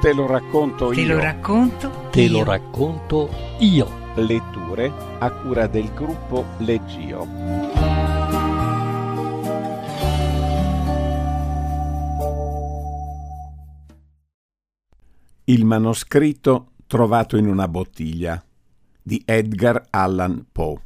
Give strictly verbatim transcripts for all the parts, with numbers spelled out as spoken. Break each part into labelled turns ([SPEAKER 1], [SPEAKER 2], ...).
[SPEAKER 1] Te lo racconto
[SPEAKER 2] Te
[SPEAKER 1] io.
[SPEAKER 2] lo racconto
[SPEAKER 3] Te
[SPEAKER 2] io.
[SPEAKER 3] lo racconto io.
[SPEAKER 1] Letture a cura del gruppo Leggio. Il manoscritto trovato in una bottiglia di Edgar Allan Poe.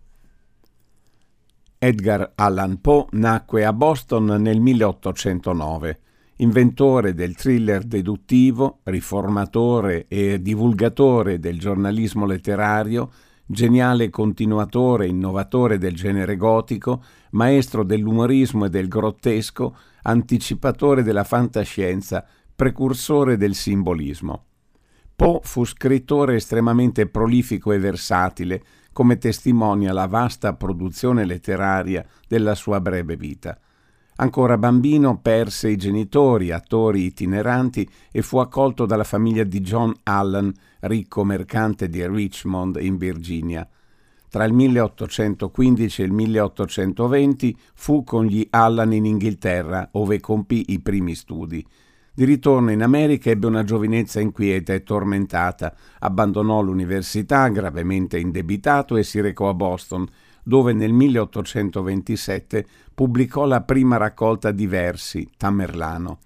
[SPEAKER 1] Edgar Allan Poe nacque a Boston nel milleottocentonove, inventore del thriller deduttivo, riformatore e divulgatore del giornalismo letterario, geniale continuatore e innovatore del genere gotico, maestro dell'umorismo e del grottesco, anticipatore della fantascienza, precursore del simbolismo. Poe fu scrittore estremamente prolifico e versatile, come testimonia la vasta produzione letteraria della sua breve vita. Ancora bambino perse i genitori, attori itineranti, e fu accolto dalla famiglia di John Allan, ricco mercante di Richmond in Virginia. Tra il milleottocentoquindici e il milleottocentoventi fu con gli Allan in Inghilterra, ove compì i primi studi. Di ritorno in America ebbe una giovinezza inquieta e tormentata, abbandonò l'università gravemente indebitato e si recò a Boston, dove nel milleottocentoventisette pubblicò la prima raccolta di versi, Tamerlano.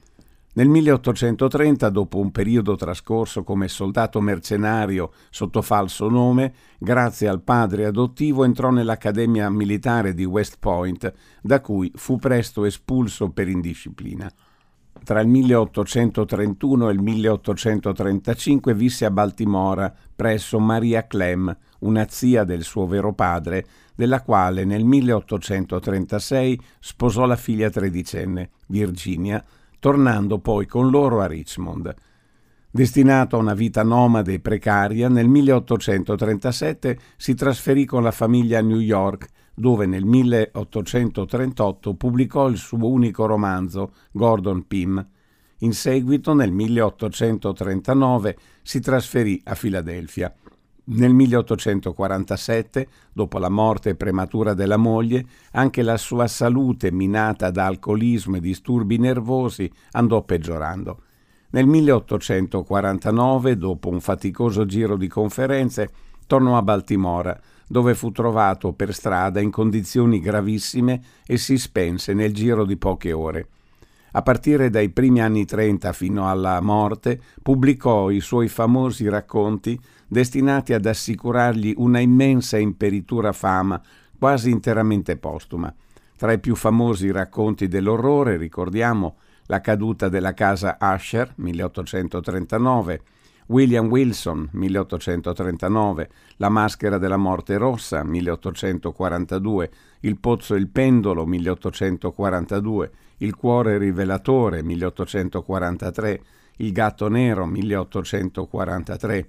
[SPEAKER 1] Nel milleottocentotrenta, dopo un periodo trascorso come soldato mercenario sotto falso nome, grazie al padre adottivo entrò nell'Accademia Militare di West Point, da cui fu presto espulso per indisciplina. Tra il milleottocentotrentuno e il milleottocentotrentacinque visse a Baltimora presso Maria Clem, una zia del suo vero padre, della quale nel milleottocentotrentasei sposò la figlia tredicenne, Virginia, tornando poi con loro a Richmond. Destinato a una vita nomade e precaria, nel milleottocentotrentasette si trasferì con la famiglia a New York, dove nel milleottocentotrentotto pubblicò il suo unico romanzo, Gordon Pym. In seguito, nel milleottocentotrentanove, si trasferì a Filadelfia. Nel milleottocentoquarantasette, dopo la morte prematura della moglie, anche la sua salute, minata da alcolismo e disturbi nervosi, andò peggiorando. Nel milleottocentoquarantanove, dopo un faticoso giro di conferenze, tornò a Baltimora, dove fu trovato per strada in condizioni gravissime e si spense nel giro di poche ore. A partire dai primi anni trenta fino alla morte, pubblicò i suoi famosi racconti destinati ad assicurargli una immensa e imperitura fama, quasi interamente postuma. Tra i più famosi racconti dell'orrore ricordiamo La caduta della casa Usher, milleottocentotrentanove, William Wilson, milleottocentotrentanove, La maschera della morte rossa, milleottocentoquarantadue, Il pozzo e il pendolo, milleottocentoquarantadue, Il cuore rivelatore, milleottocentoquarantatré, Il gatto nero, milleottocentoquarantatré.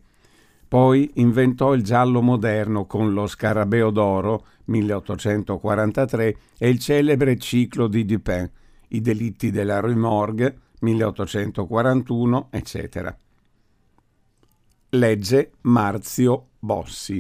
[SPEAKER 1] Poi inventò il giallo moderno con Lo scarabeo d'oro, milleottocentoquarantatré, e il celebre ciclo di Dupin, I delitti della Rue Morgue, milleottocentoquarantuno, eccetera. Legge Marzio Bossi.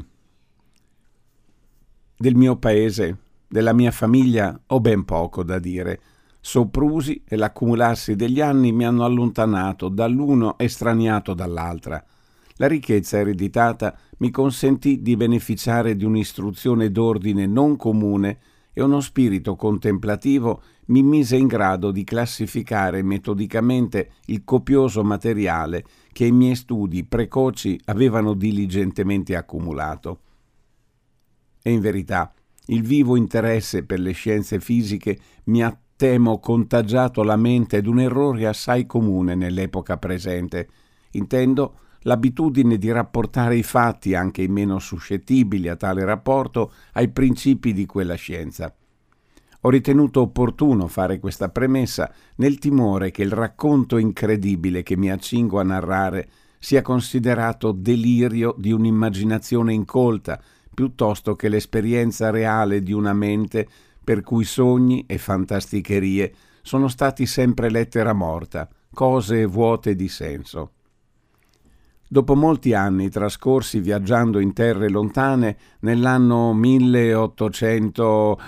[SPEAKER 1] Del mio paese, della mia famiglia, ho ben poco da dire. Soprusi e l'accumularsi degli anni mi hanno allontanato dall'uno e straniato dall'altra. La ricchezza ereditata mi consentì di beneficiare di un'istruzione d'ordine non comune e uno spirito contemplativo mi mise in grado di classificare metodicamente il copioso materiale che i miei studi precoci avevano diligentemente accumulato. E in verità, il vivo interesse per le scienze fisiche mi ha, temo, contagiato la mente d'un errore assai comune nell'epoca presente. Intendo l'abitudine di rapportare i fatti, anche i meno suscettibili a tale rapporto, ai principi di quella scienza. Ho ritenuto opportuno fare questa premessa nel timore che il racconto incredibile che mi accingo a narrare sia considerato delirio di un'immaginazione incolta, piuttosto che l'esperienza reale di una mente per cui sogni e fantasticherie sono stati sempre lettera morta, cose vuote di senso. Dopo molti anni trascorsi viaggiando in terre lontane, nell'anno milleottocento...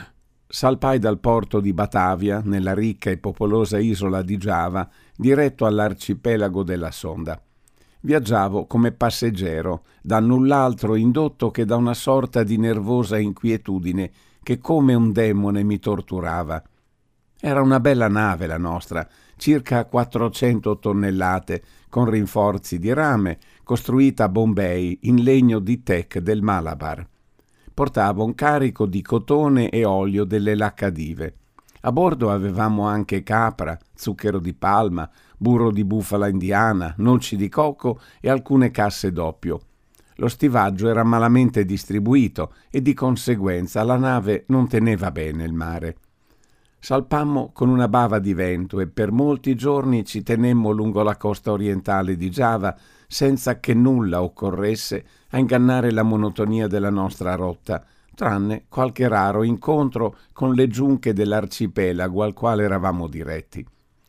[SPEAKER 1] Salpai dal porto di Batavia, nella ricca e popolosa isola di Giava, diretto all'arcipelago della Sonda. Viaggiavo come passeggero, da null'altro indotto che da una sorta di nervosa inquietudine che come un demone mi torturava. Era una bella nave la nostra, circa quattrocento tonnellate, con rinforzi di rame, costruita a Bombay in legno di teak del Malabar. Portava un carico di cotone e olio delle Laccadive. A bordo avevamo anche capra, zucchero di palma, burro di bufala indiana, noci di cocco e alcune casse d'oppio. Lo stivaggio era malamente distribuito e di conseguenza la nave non teneva bene il mare. Salpammo con una bava di vento e per molti giorni ci tenemmo lungo la costa orientale di Giava senza che nulla occorresse a ingannare la monotonia della nostra rotta, tranne qualche raro incontro con le giunche dell'arcipelago al quale eravamo diretti.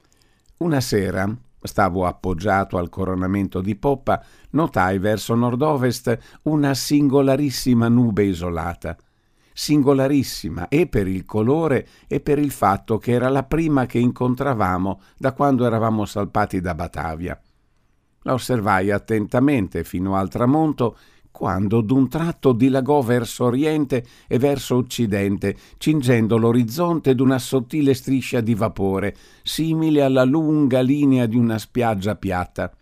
[SPEAKER 1] Una sera, stavo appoggiato al coronamento di poppa, notai verso nord-ovest una singolarissima nube isolata. Singolarissima e per il colore e per il fatto che era la prima che incontravamo da quando eravamo salpati da Batavia. La osservai attentamente fino al tramonto, quando d'un tratto dilagò verso oriente e verso occidente, cingendo l'orizzonte d'una sottile striscia di vapore, simile alla lunga linea di una spiaggia piatta.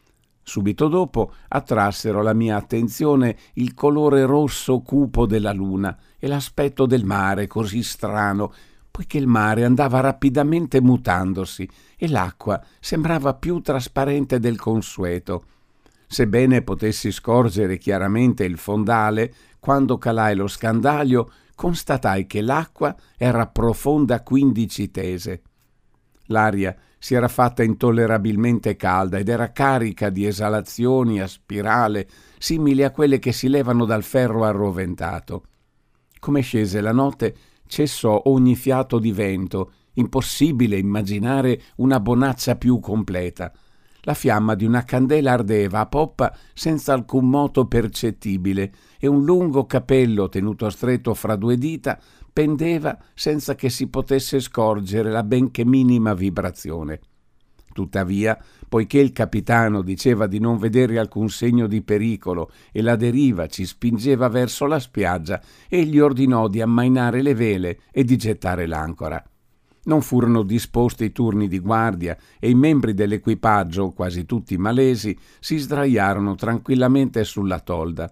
[SPEAKER 1] Subito dopo attrassero la mia attenzione il colore rosso cupo della luna e l'aspetto del mare così strano, poiché il mare andava rapidamente mutandosi e l'acqua sembrava più trasparente del consueto. Sebbene potessi scorgere chiaramente il fondale, quando calai lo scandaglio, constatai che l'acqua era profonda quindici tese. L'aria si era fatta intollerabilmente calda ed era carica di esalazioni a spirale, simili a quelle che si levano dal ferro arroventato. Come scese la notte, cessò ogni fiato di vento, impossibile immaginare una bonaccia più completa. La fiamma di una candela ardeva a poppa senza alcun moto percettibile e un lungo capello tenuto stretto fra due dita pendeva senza che si potesse scorgere la benché minima vibrazione. Tuttavia, poiché il capitano diceva di non vedere alcun segno di pericolo e la deriva ci spingeva verso la spiaggia, egli ordinò di ammainare le vele e di gettare l'ancora. Non furono disposti i turni di guardia e i membri dell'equipaggio, quasi tutti malesi, si sdraiarono tranquillamente sulla tolda.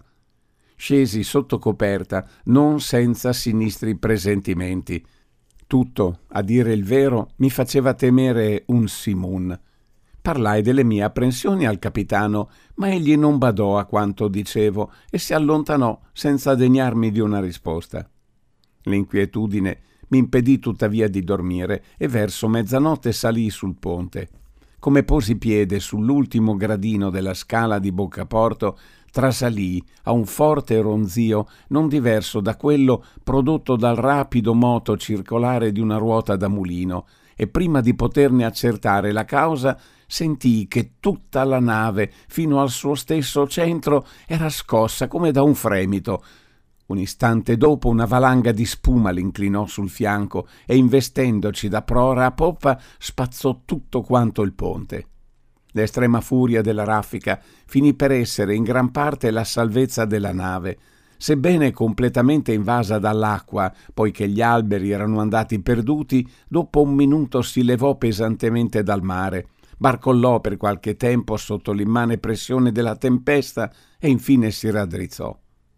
[SPEAKER 1] Scesi sotto coperta, non senza sinistri presentimenti. Tutto, a dire il vero, mi faceva temere un simoon. Parlai delle mie apprensioni al capitano, ma egli non badò a quanto dicevo e si allontanò senza degnarmi di una risposta. L'inquietudine mi impedì tuttavia di dormire e verso mezzanotte salii sul ponte. Come posi piede sull'ultimo gradino della scala di Boccaporto, trasalii a un forte ronzio non diverso da quello prodotto dal rapido moto circolare di una ruota da mulino e prima di poterne accertare la causa sentii che tutta la nave fino al suo stesso centro era scossa come da un fremito. Un istante dopo una valanga di spuma l'inclinò sul fianco e investendoci da prora a poppa spazzò tutto quanto il ponte. L'estrema furia della raffica finì per essere in gran parte la salvezza della nave. Sebbene completamente invasa dall'acqua, poiché gli alberi erano andati perduti, dopo un minuto si levò pesantemente dal mare, barcollò per qualche tempo sotto l'immane pressione della tempesta e infine si raddrizzò.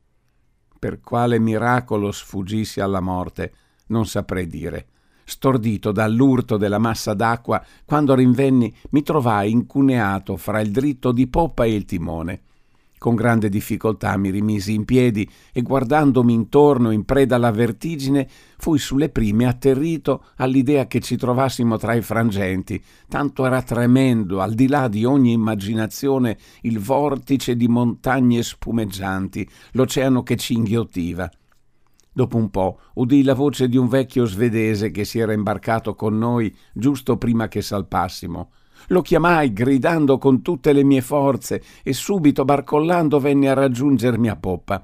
[SPEAKER 1] Per quale miracolo sfuggissi alla morte, non saprei dire. Stordito dall'urto della massa d'acqua, quando rinvenni mi trovai incuneato fra il dritto di poppa e il timone. Con grande difficoltà mi rimisi in piedi e guardandomi intorno in preda alla vertigine fui sulle prime atterrito all'idea che ci trovassimo tra i frangenti, tanto era tremendo, al di là di ogni immaginazione, il vortice di montagne spumeggianti, l'oceano che ci inghiottiva. Dopo un po' udii la voce di un vecchio svedese che si era imbarcato con noi giusto prima che salpassimo. Lo chiamai gridando con tutte le mie forze e subito barcollando venne a raggiungermi a poppa.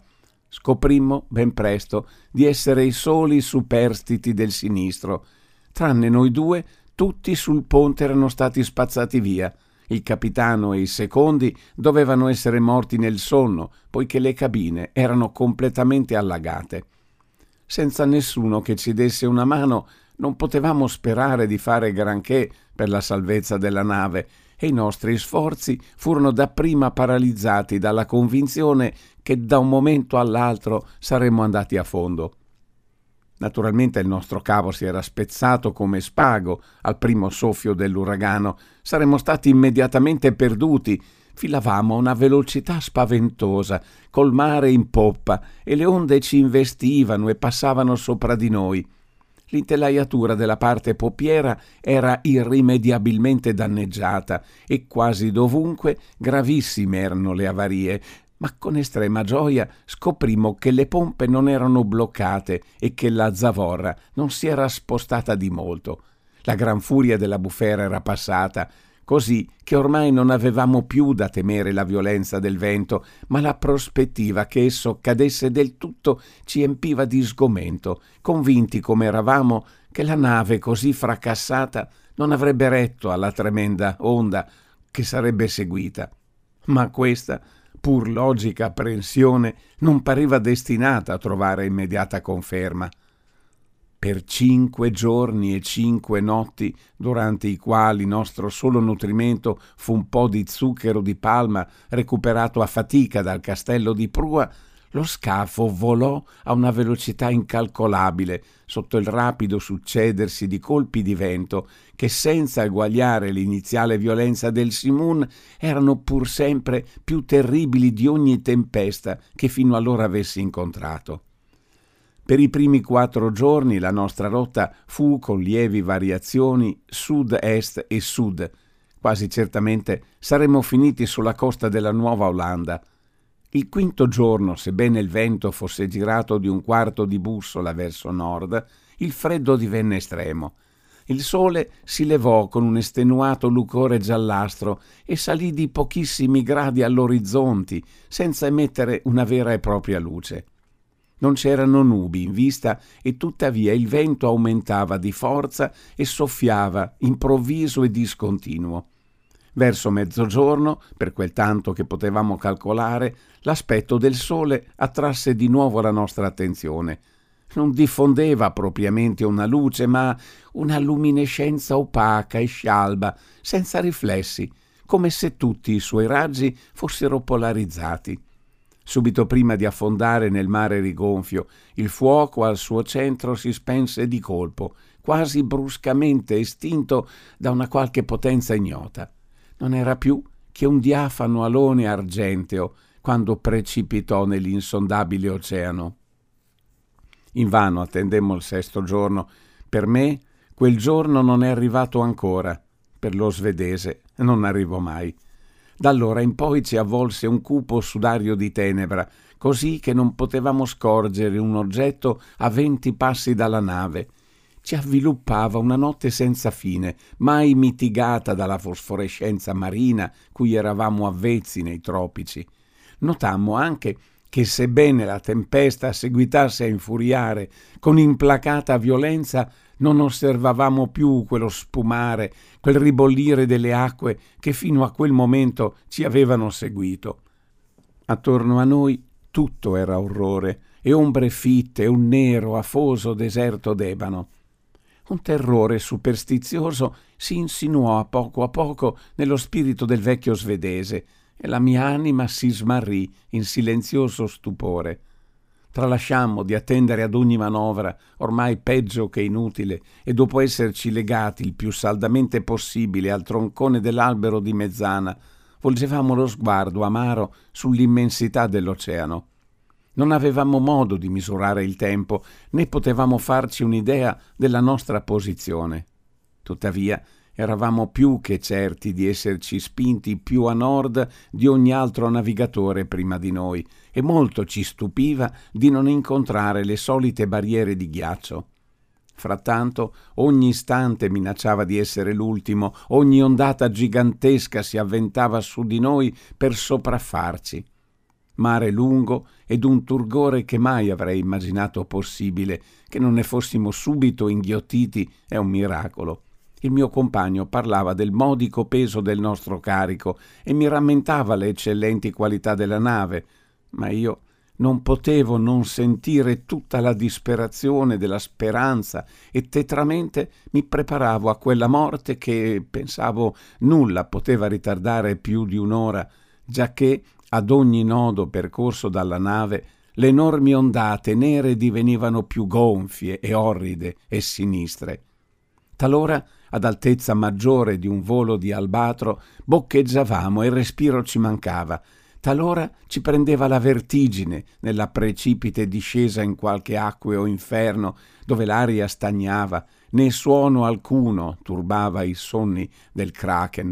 [SPEAKER 1] Scoprimmo ben presto di essere i soli superstiti del sinistro. Tranne noi due, tutti sul ponte erano stati spazzati via. Il capitano e i secondi dovevano essere morti nel sonno, poiché le cabine erano completamente allagate. Senza nessuno che ci desse una mano, non potevamo sperare di fare granché per la salvezza della nave, e i nostri sforzi furono dapprima paralizzati dalla convinzione che da un momento all'altro saremmo andati a fondo. Naturalmente il nostro cavo si era spezzato come spago al primo soffio dell'uragano. Saremmo stati immediatamente perduti. Filavamo a una velocità spaventosa, col mare in poppa, e le onde ci investivano e passavano sopra di noi. L'intelaiatura della parte poppiera era irrimediabilmente danneggiata e quasi dovunque gravissime erano le avarie, ma con estrema gioia scoprimmo che le pompe non erano bloccate e che la zavorra non si era spostata di molto. La gran furia della bufera era passata, così che ormai non avevamo più da temere la violenza del vento, ma la prospettiva che esso cadesse del tutto ci empiva di sgomento, convinti come eravamo che la nave così fracassata non avrebbe retto alla tremenda onda che sarebbe seguita. Ma questa, pur logica apprensione, non pareva destinata a trovare immediata conferma. Per cinque giorni e cinque notti, durante i quali nostro solo nutrimento fu un po' di zucchero di palma recuperato a fatica dal castello di prua, lo scafo volò a una velocità incalcolabile sotto il rapido succedersi di colpi di vento che, senza eguagliare l'iniziale violenza del simoon, erano pur sempre più terribili di ogni tempesta che fino allora avessi incontrato. Per i primi quattro giorni la nostra rotta fu, con lievi variazioni, sud-est e sud. Quasi certamente saremmo finiti sulla costa della Nuova Olanda. Il quinto giorno, sebbene il vento fosse girato di un quarto di bussola verso nord, il freddo divenne estremo. Il sole si levò con un estenuato lucore giallastro e salì di pochissimi gradi all'orizzonte, senza emettere una vera e propria luce. Non c'erano nubi in vista e tuttavia il vento aumentava di forza e soffiava improvviso e discontinuo. Verso mezzogiorno, per quel tanto che potevamo calcolare, l'aspetto del sole attrasse di nuovo la nostra attenzione. Non diffondeva propriamente una luce, ma una luminescenza opaca e scialba, senza riflessi, come se tutti i suoi raggi fossero polarizzati. Subito prima di affondare nel mare rigonfio, il fuoco al suo centro si spense di colpo, quasi bruscamente estinto da una qualche potenza ignota. Non era più che un diafano alone argenteo quando precipitò nell'insondabile oceano. Invano attendemmo il sesto giorno. Per me quel giorno non è arrivato ancora. Per lo svedese non arrivò mai. Da allora in poi ci avvolse un cupo sudario di tenebra, così che non potevamo scorgere un oggetto a venti passi dalla nave. Ci avviluppava una notte senza fine, mai mitigata dalla fosforescenza marina cui eravamo avvezzi nei tropici. Notammo anche che, sebbene la tempesta seguitasse a infuriare con implacata violenza, non osservavamo più quello spumare, quel ribollire delle acque che fino a quel momento ci avevano seguito. Attorno a noi tutto era orrore e ombre fitte, un nero afoso deserto d'ebano. Un terrore superstizioso si insinuò a poco a poco nello spirito del vecchio svedese e la mia anima si smarrì in silenzioso stupore. Tralasciammo di attendere ad ogni manovra, ormai peggio che inutile, e dopo esserci legati il più saldamente possibile al troncone dell'albero di mezzana, volgevamo lo sguardo amaro sull'immensità dell'oceano. Non avevamo modo di misurare il tempo, né potevamo farci un'idea della nostra posizione. Tuttavia, eravamo più che certi di esserci spinti più a nord di ogni altro navigatore prima di noi, e molto ci stupiva di non incontrare le solite barriere di ghiaccio. Frattanto ogni istante minacciava di essere l'ultimo, ogni ondata gigantesca si avventava su di noi per sopraffarci. mare lungo ed un turgore che mai avrei immaginato possibile. Che non ne fossimo subito inghiottiti è un miracolo. Il mio compagno parlava del modico peso del nostro carico e mi rammentava le eccellenti qualità della nave, ma io non potevo non sentire tutta la disperazione della speranza e tetramente mi preparavo a quella morte che, pensavo, nulla poteva ritardare più di un'ora, giacché ad ogni nodo percorso dalla nave le enormi ondate nere divenivano più gonfie e orride e sinistre. Talora, ad altezza maggiore di un volo di albatro, boccheggiavamo e il respiro ci mancava. Talora ci prendeva la vertigine nella precipite discesa in qualche acqueo inferno dove l'aria stagnava, né suono alcuno turbava i sonni del Kraken.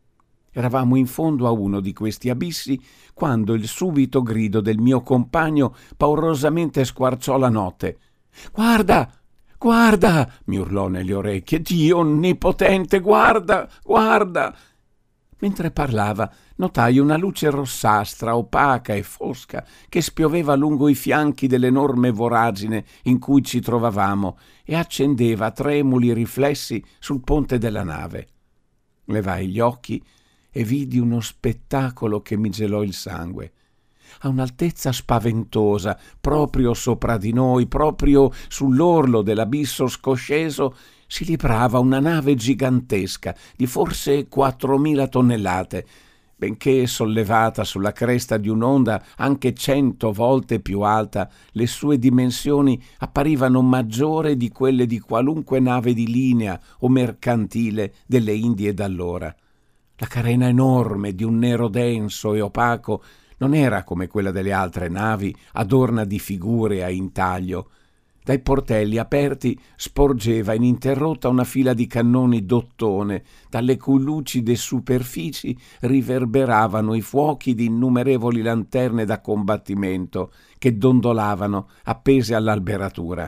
[SPEAKER 1] Eravamo in fondo a uno di questi abissi quando il subito grido del mio compagno paurosamente squarciò la notte. «Guarda! Guarda!» mi urlò nelle orecchie. «Dio onnipotente, guarda! Guarda!» Mentre parlava, notai una luce rossastra, opaca e fosca, che spioveva lungo i fianchi dell'enorme voragine in cui ci trovavamo e accendeva tremuli riflessi sul ponte della nave. Levai gli occhi e vidi uno spettacolo che mi gelò il sangue. A un'altezza spaventosa, proprio sopra di noi, proprio sull'orlo dell'abisso scosceso, si librava una nave gigantesca di forse quattromila tonnellate, benché sollevata sulla cresta di un'onda anche cento volte più alta, le sue dimensioni apparivano maggiori di quelle di qualunque nave di linea o mercantile delle Indie d'allora. La carena enorme di un nero denso e opaco non era come quella delle altre navi, adorna di figure a intaglio. Dai portelli aperti sporgeva ininterrotta una fila di cannoni d'ottone, dalle cui lucide superfici riverberavano i fuochi di innumerevoli lanterne da combattimento che dondolavano appese all'alberatura.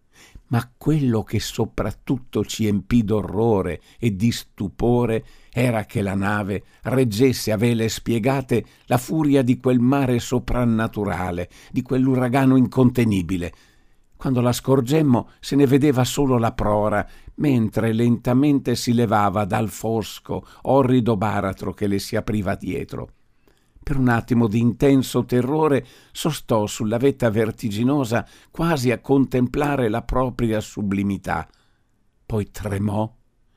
[SPEAKER 1] Ma quello che soprattutto ci empì d'orrore e di stupore era che la nave reggesse a vele spiegate la furia di quel mare soprannaturale, di quell'uragano incontenibile. Quando la scorgemmo se ne vedeva solo la prora, mentre lentamente si levava dal fosco, orrido baratro che le si apriva dietro. Per un attimo di intenso terrore sostò sulla vetta vertiginosa quasi a contemplare la propria sublimità. Poi tremò,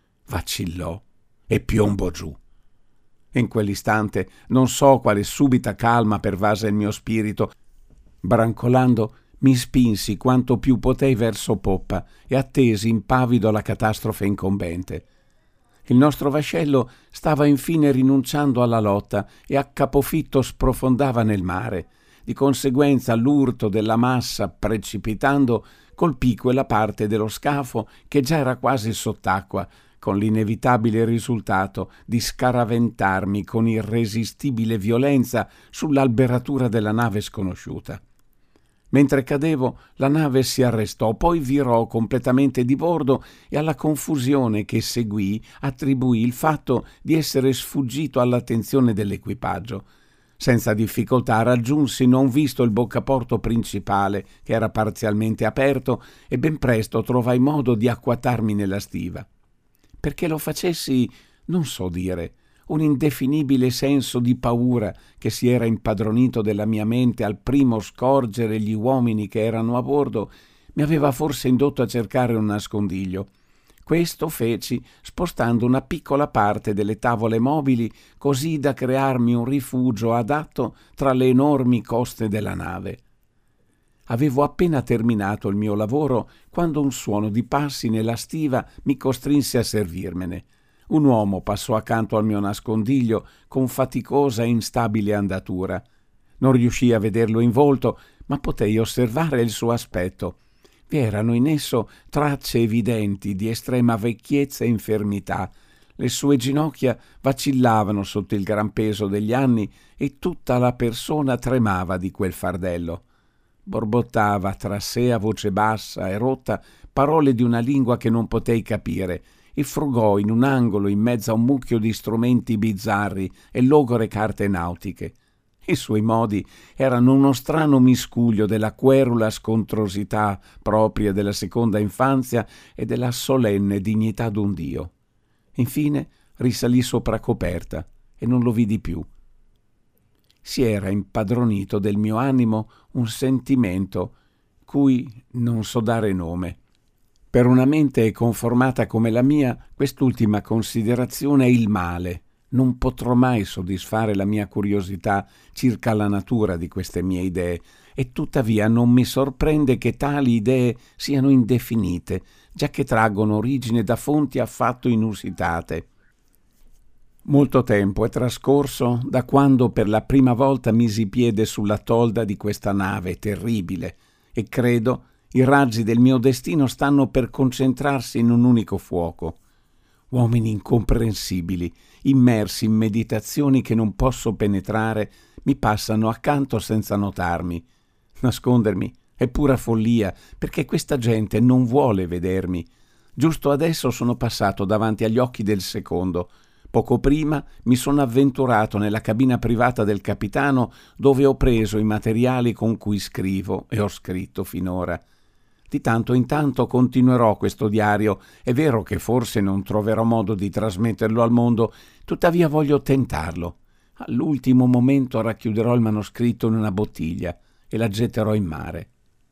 [SPEAKER 1] vacillò e piombò giù. In quell'istante non so quale subita calma pervase il mio spirito. Brancolando mi spinsi quanto più potei verso poppa e attesi impavido la catastrofe incombente. Il nostro vascello stava infine rinunciando alla lotta e a capofitto sprofondava nel mare. Di conseguenza l'urto della massa, precipitando, colpì quella parte dello scafo che già era quasi sott'acqua, con l'inevitabile risultato di scaraventarmi con irresistibile violenza sull'alberatura della nave sconosciuta. Mentre cadevo, la nave si arrestò, poi virò completamente di bordo e alla confusione che seguì attribuì il fatto di essere sfuggito all'attenzione dell'equipaggio. Senza difficoltà raggiunsi non visto il boccaporto principale, che era parzialmente aperto, e ben presto trovai modo di acquatarmi nella stiva. Perché lo facessi non so dire. Un indefinibile senso di paura che si era impadronito della mia mente al primo scorgere gli uomini che erano a bordo mi aveva forse indotto a cercare un nascondiglio. Questo feci spostando una piccola parte delle tavole mobili così da crearmi un rifugio adatto tra le enormi coste della nave. Avevo appena terminato il mio lavoro quando un suono di passi nella stiva mi costrinse a servirmene. Un uomo passò accanto al mio nascondiglio con faticosa e instabile andatura. Non riuscii a vederlo in volto, ma potei osservare il suo aspetto. Vi erano in esso tracce evidenti di estrema vecchiezza e infermità. Le sue ginocchia vacillavano sotto il gran peso degli anni e tutta la persona tremava di quel fardello. Borbottava tra sé a voce bassa e rotta parole di una lingua che non potei capire e frugò in un angolo in mezzo a un mucchio di strumenti bizzarri e logore carte nautiche. I suoi modi erano uno strano miscuglio della querula scontrosità propria della seconda infanzia e della solenne dignità d'un dio. Infine risalì sopra coperta e non lo vidi più. Si era impadronito del mio animo un sentimento cui non so dare nome. Per una mente conformata come la mia, quest'ultima considerazione è il male. Non potrò mai soddisfare la mia curiosità circa la natura di queste mie idee, e tuttavia non mi sorprende che tali idee siano indefinite, giacché traggono origine da fonti affatto inusitate. Molto tempo è trascorso da quando per la prima volta misi piede sulla tolda di questa nave terribile, e credo i raggi del mio destino stanno per concentrarsi in un unico fuoco. Uomini incomprensibili, immersi in meditazioni che non posso penetrare, mi passano accanto senza notarmi. Nascondermi è pura follia, perché questa gente non vuole vedermi. Giusto adesso sono passato davanti agli occhi del secondo. Poco prima mi sono avventurato nella cabina privata del capitano, dove ho preso i materiali con cui scrivo e ho scritto finora. Di tanto in tanto continuerò questo diario. È vero che forse non troverò modo di trasmetterlo al mondo, tuttavia voglio tentarlo. All'ultimo momento racchiuderò il manoscritto in una bottiglia e la getterò in mare.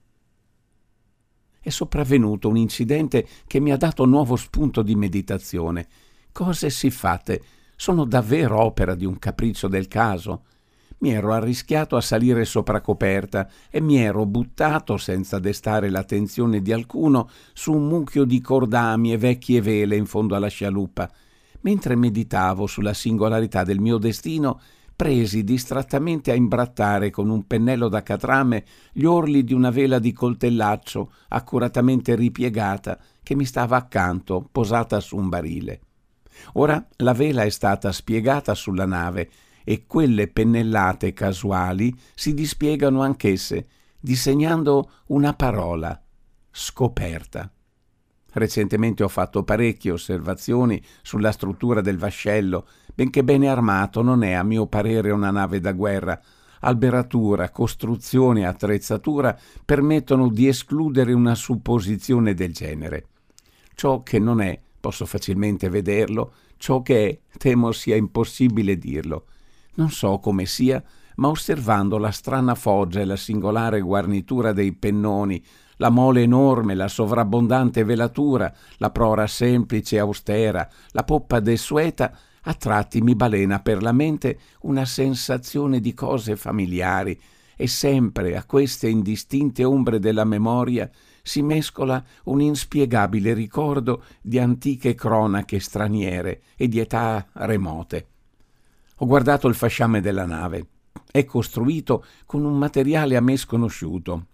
[SPEAKER 1] È sopravvenuto un incidente che mi ha dato nuovo spunto di meditazione. Cose siffate sono davvero opera di un capriccio del caso. Mi ero arrischiato a salire sopra coperta e mi ero buttato, senza destare l'attenzione di alcuno, su un mucchio di cordami e vecchie vele in fondo alla scialuppa. Mentre meditavo sulla singolarità del mio destino, presi distrattamente a imbrattare con un pennello da catrame gli orli di una vela di coltellaccio accuratamente ripiegata che mi stava accanto, posata su un barile. Ora la vela è stata spiegata sulla nave e quelle pennellate casuali si dispiegano anch'esse, disegnando una parola: scoperta. Recentemente ho fatto parecchie osservazioni sulla struttura del vascello, benché bene armato non è a mio parere una nave da guerra. Alberatura, costruzione e attrezzatura permettono di escludere una supposizione del genere. Ciò che non è, posso facilmente vederlo; ciò che è, temo sia impossibile dirlo. Non so come sia, ma osservando la strana foggia e la singolare guarnitura dei pennoni, la mole enorme, la sovrabbondante velatura, la prora semplice e austera, la poppa desueta, a tratti mi balena per la mente una sensazione di cose familiari, e sempre a queste indistinte ombre della memoria si mescola un inspiegabile ricordo di antiche cronache straniere e di età remote. Ho guardato il fasciame della nave. È costruito con un materiale a me sconosciuto.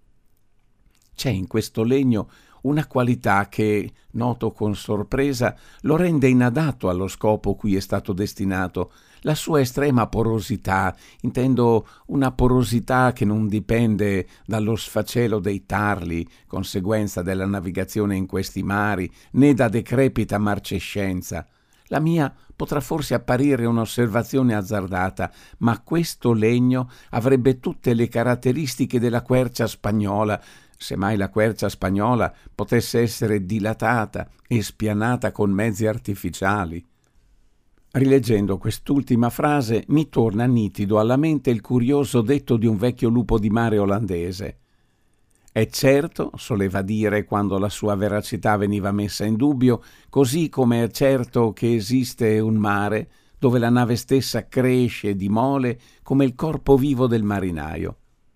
[SPEAKER 1] C'è in questo legno una qualità che, noto con sorpresa, lo rende inadatto allo scopo cui è stato destinato. La sua estrema porosità, intendo una porosità che non dipende dallo sfacelo dei tarli, conseguenza della navigazione in questi mari, né da decrepita marcescenza. La mia potrà forse apparire un'osservazione azzardata, ma questo legno avrebbe tutte le caratteristiche della quercia spagnola, se mai la quercia spagnola potesse essere dilatata e spianata con mezzi artificiali. Rileggendo quest'ultima frase mi torna nitido alla mente il curioso detto di un vecchio lupo di mare olandese. È certo, soleva dire quando la sua veracità veniva messa in dubbio, così come è certo che esiste un mare dove la nave stessa cresce e dimole come il corpo vivo del marinaio.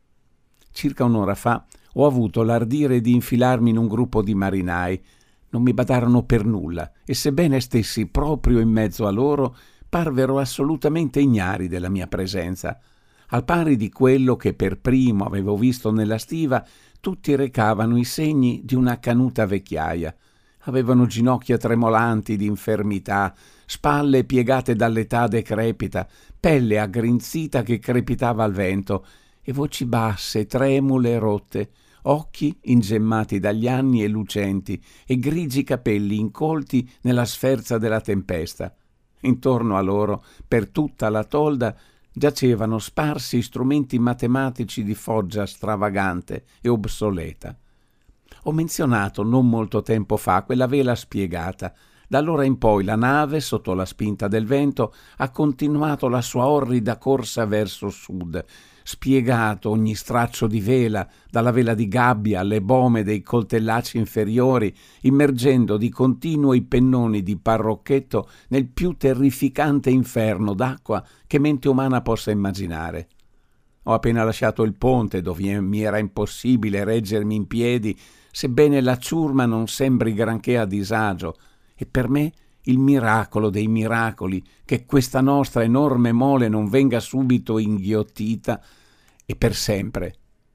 [SPEAKER 1] Circa un'ora fa ho avuto l'ardire di infilarmi in un gruppo di marinai. Non mi badarono per nulla e, sebbene stessi proprio in mezzo a loro, parvero assolutamente ignari della mia presenza. Al pari di quello che per primo avevo visto nella stiva, tutti recavano i segni di una canuta vecchiaia. Avevano ginocchia tremolanti di infermità, spalle piegate dall'età decrepita, pelle aggrinzita che crepitava al vento, e voci basse, tremule e rotte, occhi ingemmati dagli anni e lucenti, e grigi capelli incolti nella sferza della tempesta. Intorno a loro, per tutta la tolda, giacevano sparsi strumenti matematici di foggia stravagante e obsoleta. Ho menzionato non molto tempo fa quella vela spiegata. Da allora in poi la nave, sotto la spinta del vento, ha continuato la sua orrida corsa verso sud, spiegato ogni straccio di vela, dalla vela di gabbia alle bome dei coltellacci inferiori, immergendo di continuo i pennoni di parrocchetto nel più terrificante inferno d'acqua che mente umana possa immaginare. Ho appena lasciato il ponte, dove mi era impossibile reggermi in piedi, sebbene la ciurma non sembri granché a disagio, e per me il miracolo dei miracoli, che questa nostra enorme mole non venga subito inghiottita e per sempre.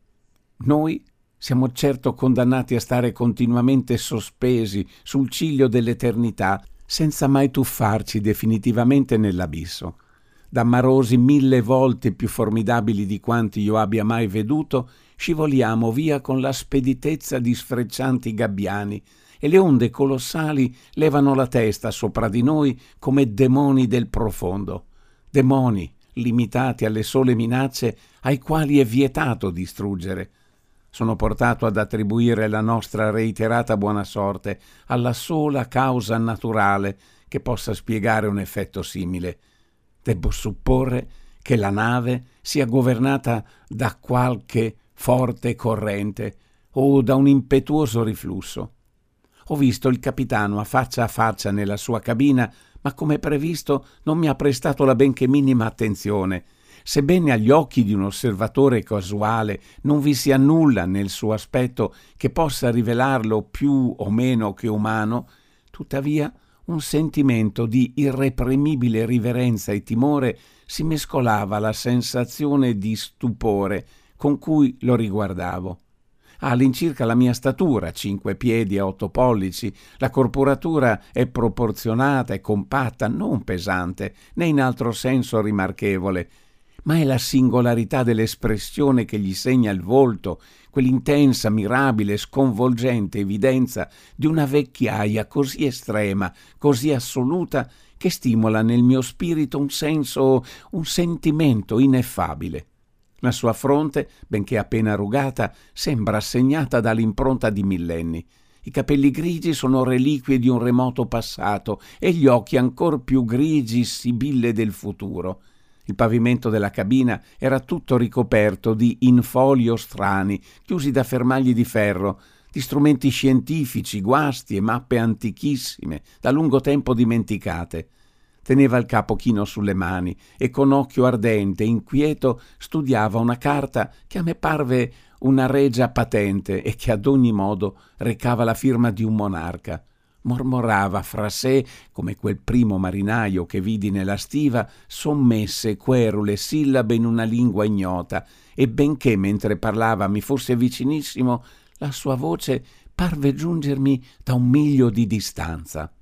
[SPEAKER 1] Noi siamo certo condannati a stare continuamente sospesi sul ciglio dell'eternità, senza mai tuffarci definitivamente nell'abisso. Da marosi mille volte più formidabili di quanti io abbia mai veduto, scivoliamo via con la speditezza di sfreccianti gabbiani, e le onde colossali levano la testa sopra di noi come demoni del profondo, demoni limitati alle sole minacce ai quali è vietato distruggere. Sono portato ad attribuire la nostra reiterata buona sorte alla sola causa naturale che possa spiegare un effetto simile. Debbo supporre che la nave sia governata da qualche forte corrente o da un impetuoso riflusso. Ho visto il capitano a faccia a faccia nella sua cabina, ma come previsto non mi ha prestato la benché minima attenzione. Sebbene agli occhi di un osservatore casuale non vi sia nulla nel suo aspetto che possa rivelarlo più o meno che umano, tuttavia un sentimento di irreprimibile riverenza e timore si mescolava alla sensazione di stupore con cui lo riguardavo. Ha all'incirca la mia statura, cinque piedi e otto pollici, la corporatura è proporzionata e compatta, non pesante, né in altro senso rimarchevole, ma è la singolarità dell'espressione che gli segna il volto, quell'intensa, mirabile, sconvolgente evidenza di una vecchiaia così estrema, così assoluta, che stimola nel mio spirito un senso, un sentimento ineffabile. La sua fronte, benché appena rugata, sembra segnata dall'impronta di millenni. I capelli grigi sono reliquie di un remoto passato e gli occhi ancor più grigi, sibille del futuro. Il pavimento della cabina era tutto ricoperto di infolio strani, chiusi da fermagli di ferro, di strumenti scientifici, guasti e mappe antichissime, da lungo tempo dimenticate. Teneva il capo chino sulle mani e con occhio ardente e inquieto studiava una carta che a me parve una regia patente e che ad ogni modo recava la firma di un monarca. Mormorava fra sé, come quel primo marinaio che vidi nella stiva, sommesse, querule, sillabe in una lingua ignota, e benché mentre parlava mi fosse vicinissimo, la sua voce parve giungermi da un miglio di distanza.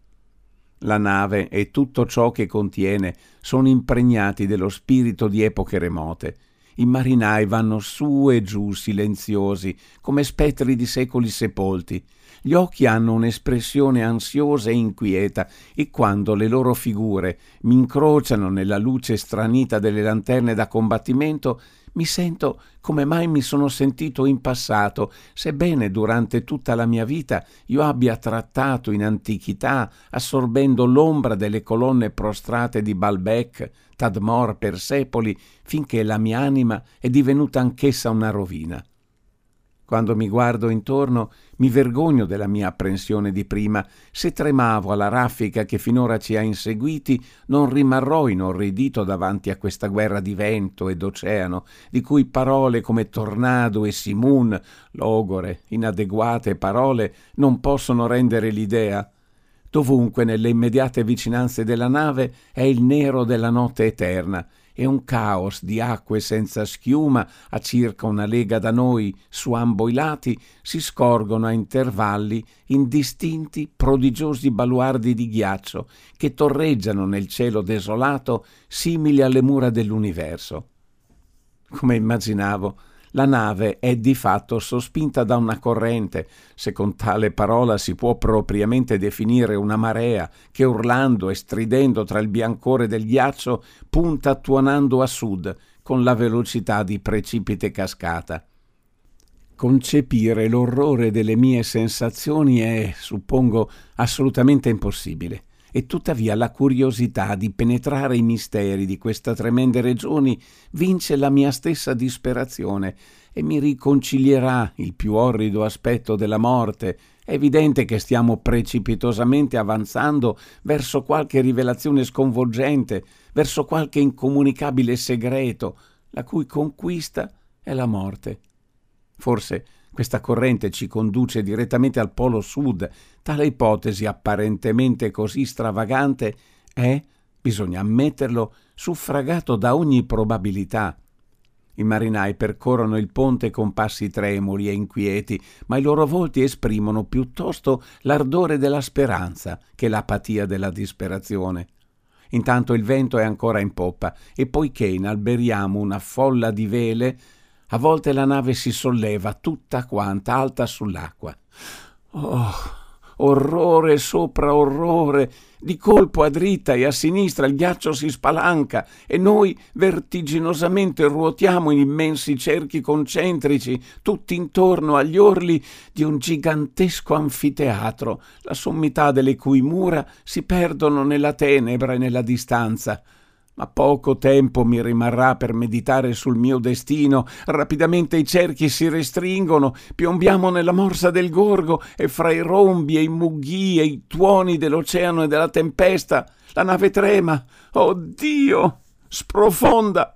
[SPEAKER 1] La nave e tutto ciò che contiene sono impregnati dello spirito di epoche remote. I marinai vanno su e giù silenziosi, come spettri di secoli sepolti. Gli occhi hanno un'espressione ansiosa e inquieta, e quando le loro figure mi incrociano nella luce stranita delle lanterne da combattimento, mi sento come mai mi sono sentito in passato, sebbene durante tutta la mia vita io abbia trattato in antichità, assorbendo l'ombra delle colonne prostrate di Baalbek, Tadmor, Persepoli, finché la mia anima è divenuta anch'essa una rovina. Quando mi guardo intorno mi vergogno della mia apprensione di prima. Se tremavo alla raffica che finora ci ha inseguiti, non rimarrò inorridito davanti a questa guerra di vento ed oceano, di cui parole come tornado e simoon, logore, inadeguate parole, non possono rendere l'idea. Dovunque nelle immediate vicinanze della nave è il nero della notte eterna, e un caos di acque senza schiuma a circa una lega da noi su ambo i lati si scorgono a intervalli indistinti prodigiosi baluardi di ghiaccio che torreggiano nel cielo desolato simili alle mura dell'universo. Come immaginavo, La nave è di fatto sospinta da una corrente, se con tale parola si può propriamente definire una marea, che urlando e stridendo tra il biancore del ghiaccio punta tuonando a sud con la velocità di precipite cascata. Concepire l'orrore delle mie sensazioni è, suppongo, assolutamente impossibile. E tuttavia la curiosità di penetrare i misteri di queste tremende regioni vince la mia stessa disperazione e mi riconcilierà il più orrido aspetto della morte. È evidente che stiamo precipitosamente avanzando verso qualche rivelazione sconvolgente, verso qualche incomunicabile segreto, la cui conquista è la morte. Forse questa corrente ci conduce direttamente al polo sud. Tale ipotesi apparentemente così stravagante è, bisogna ammetterlo, suffragato da ogni probabilità. I marinai percorrono il ponte con passi tremuli e inquieti, ma i loro volti esprimono piuttosto l'ardore della speranza che l'apatia della disperazione. Intanto il vento è ancora in poppa e poiché inalberiamo una folla di vele, a volte la nave si solleva tutta quanta alta sull'acqua. Oh, orrore sopra orrore! Di colpo a dritta e a sinistra il ghiaccio si spalanca e noi vertiginosamente ruotiamo in immensi cerchi concentrici, tutti intorno agli orli di un gigantesco anfiteatro, la sommità delle cui mura si perdono nella tenebra e nella distanza. Ma poco tempo mi rimarrà per meditare sul mio destino. Rapidamente i cerchi si restringono, piombiamo nella morsa del gorgo e fra i rombi e i mugghii e i tuoni dell'oceano e della tempesta la nave trema. Oh Dio! Sprofonda!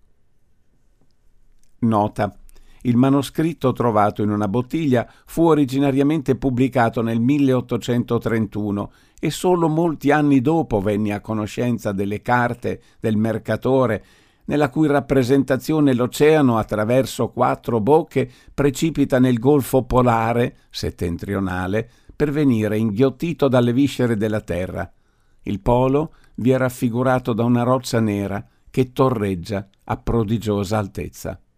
[SPEAKER 1] Nota. Il manoscritto trovato in una bottiglia fu originariamente pubblicato nel milleottocentotrentuno e solo molti anni dopo venni a conoscenza delle carte del mercatore, nella cui rappresentazione l'oceano attraverso quattro bocche precipita nel golfo polare settentrionale per venire inghiottito dalle viscere della terra. Il polo vi è raffigurato da una roccia nera che torreggia a prodigiosa altezza.